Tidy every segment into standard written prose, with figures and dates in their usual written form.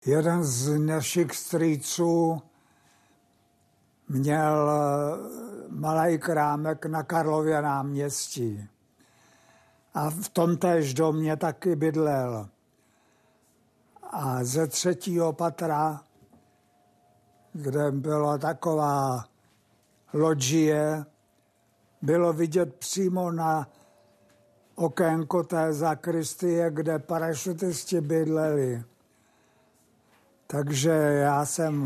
Jeden z našich strýců měl malý krámek na Karlově náměstí. A v tom též domě taky bydlel. A ze 3. patra, kde byla taková loďie, bylo vidět přímo na okénko té zakristie, kde parašutisti bydleli. Takže já jsem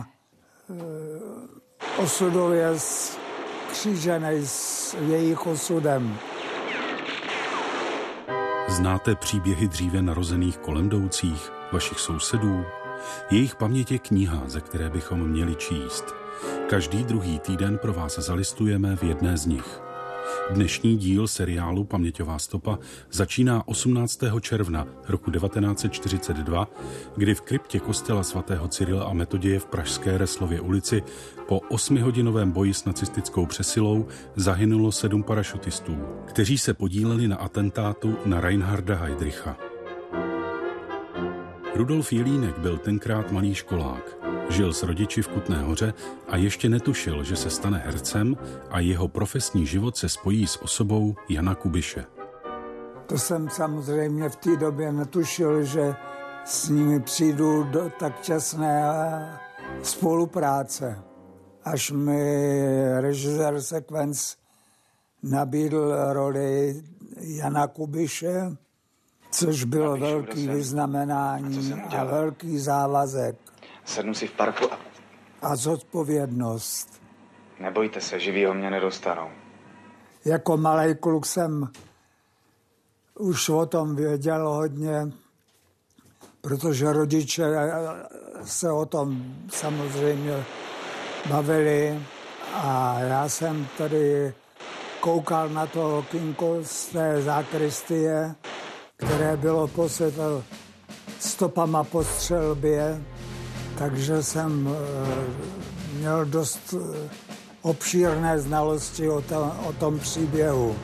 osudově křížený s jejich osudem. Znáte příběhy dříve narozených kolemjdoucích, vašich sousedů? Jejich paměť je kniha, ze které bychom měli číst. Každý druhý týden pro vás zalistujeme v jedné z nich. Dnešní díl seriálu Paměťová stopa začíná 18. června roku 1942, kdy v kryptě kostela svatého Cyrila a Metoděje v pražské Reslově ulici po 8hodinovém boji s nacistickou přesilou zahynulo 7 parašutistů, kteří se podíleli na atentátu na Reinharda Heydricha. Rudolf Jelínek byl tenkrát malý školák. Žil s rodiči v Kutné Hoře a ještě netušil, že se stane hercem a jeho profesní život se spojí s osobou Jana Kubiše. To jsem samozřejmě v té době netušil, že s nimi přijdu do tak časné spolupráce. Až mi režisér Sekvenc nabídl roli Jana Kubiše, což bylo velký vyznamenání a velký závazek. Sednu si v parku a zodpovědnost. Nebojte se, živýho mě nedostanou. Jako malej kluk jsem už o tom věděl hodně, protože rodiče se o tom samozřejmě bavili a já jsem tady koukal na to okýnko z té zákristie, které bylo posyto stopama po střelbě, takže jsem měl dost obšírné znalosti o tom příběhu.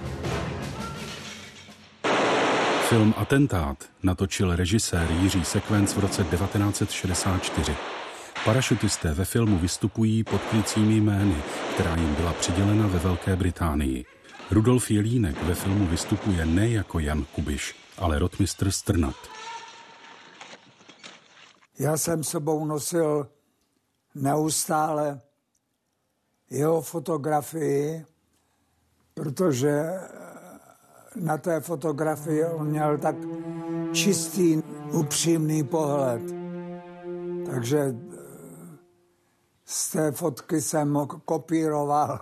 Film Atentát natočil režisér Jiří Sekvenc v roce 1964. Parašutisté ve filmu vystupují pod krycími jmény, která jim byla přidělena ve Velké Británii. Rudolf Jelínek ve filmu vystupuje ne jako Jan Kubiš, ale rotmistr Strnad. Já jsem sebou nosil neustále jeho fotografii, protože na té fotografii on měl tak čistý, upřímný pohled. Takže z té fotky jsem kopíroval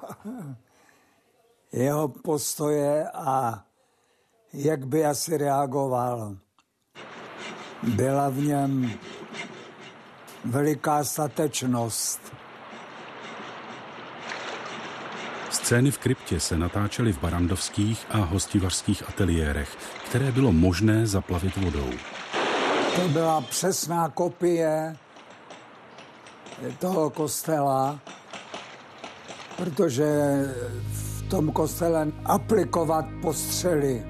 jeho postoje a jak by asi reagoval. Byla v něm veliká statečnost. Scény v kryptě se natáčely v barandovských a hostivařských ateliérech, které bylo možné zaplavit vodou. To byla přesná kopie toho kostela, protože v tom kostele aplikovat postřely.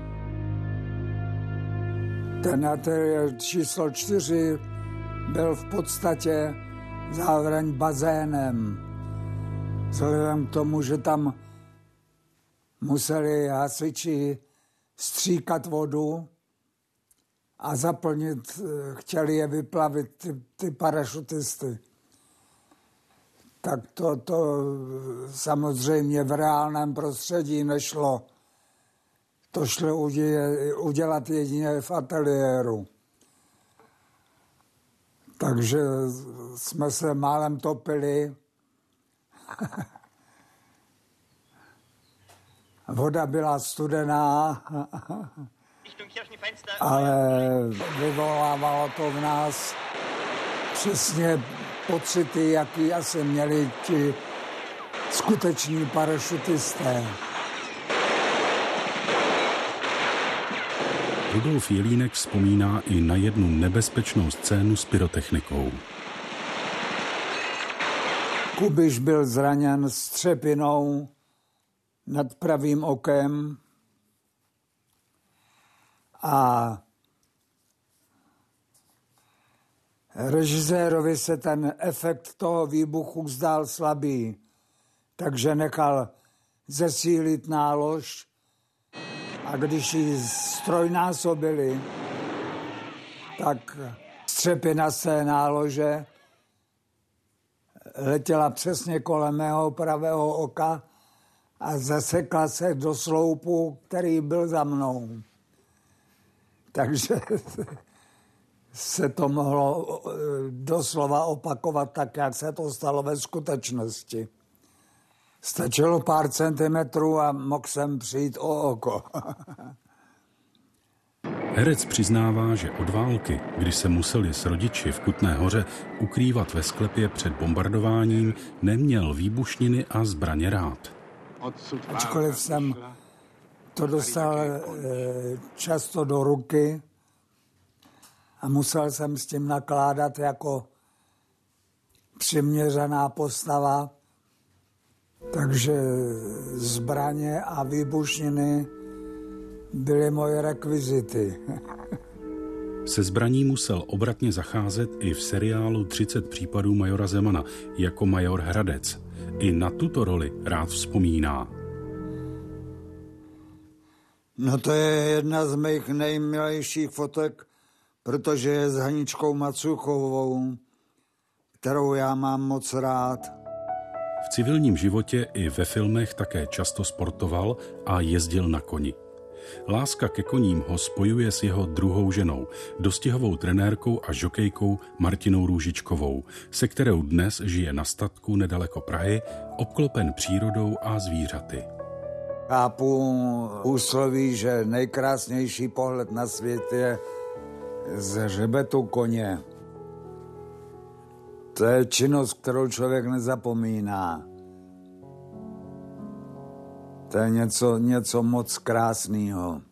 Ten ateliér číslo 4 byl v podstatě zároveň bazénem. Vzhledem k tomu, že tam museli hasiči stříkat vodu a zaplnit, chtěli je vyplavit ty parašutisty. Tak to samozřejmě v reálném prostředí nešlo. To šlo udělat jedině v ateliéru. Takže jsme se málem topili. Voda byla studená, ale vyvolávalo to v nás přesně pocity, jaký asi měli ti skuteční parašutisté. Rudolf Jelínek vzpomíná i na jednu nebezpečnou scénu s pyrotechnikou. Kubiš byl zraněn střepinou nad pravým okem a Režisérovi se ten efekt toho výbuchu zdál slabý, takže nechal zesílit nálož a když ji strojnásobili, tak střepina z té nálože letěla přesně kolem mého pravého oka a zasekla se do sloupu, který byl za mnou. Takže se to mohlo doslova opakovat tak, jak se to stalo ve skutečnosti. Stačilo pár centimetrů a mohl jsem přijít o oko. Herec přiznává, že od války, když se museli s rodiči v Kutné Hoře ukrývat ve sklepě před bombardováním, neměl výbušniny a zbraně rád. Ačkoliv jsem to dostal často do ruky a musel jsem s tím nakládat jako přiměřená postava, takže zbraně a výbušniny byly moje rekvizity. Se zbraní musel obratně zacházet i v seriálu 30 případů majora Zemana jako major Hradec. I na tuto roli rád vzpomíná. No to je jedna z mých nejmilejších fotek, protože je s Haničkou Macuchovou, kterou já mám moc rád. V civilním životě i ve filmech také často sportoval a jezdil na koni. Láska ke koním ho spojuje s jeho druhou ženou, dostihovou trenérkou a žokejkou Martinou Růžičkovou, se kterou dnes žije na statku nedaleko Prahy, obklopen přírodou a zvířaty. Chápu úsloví, že nejkrásnější pohled na svět je z hřbetu koně. To je činnost, kterou člověk nezapomíná. To je něco moc krásného.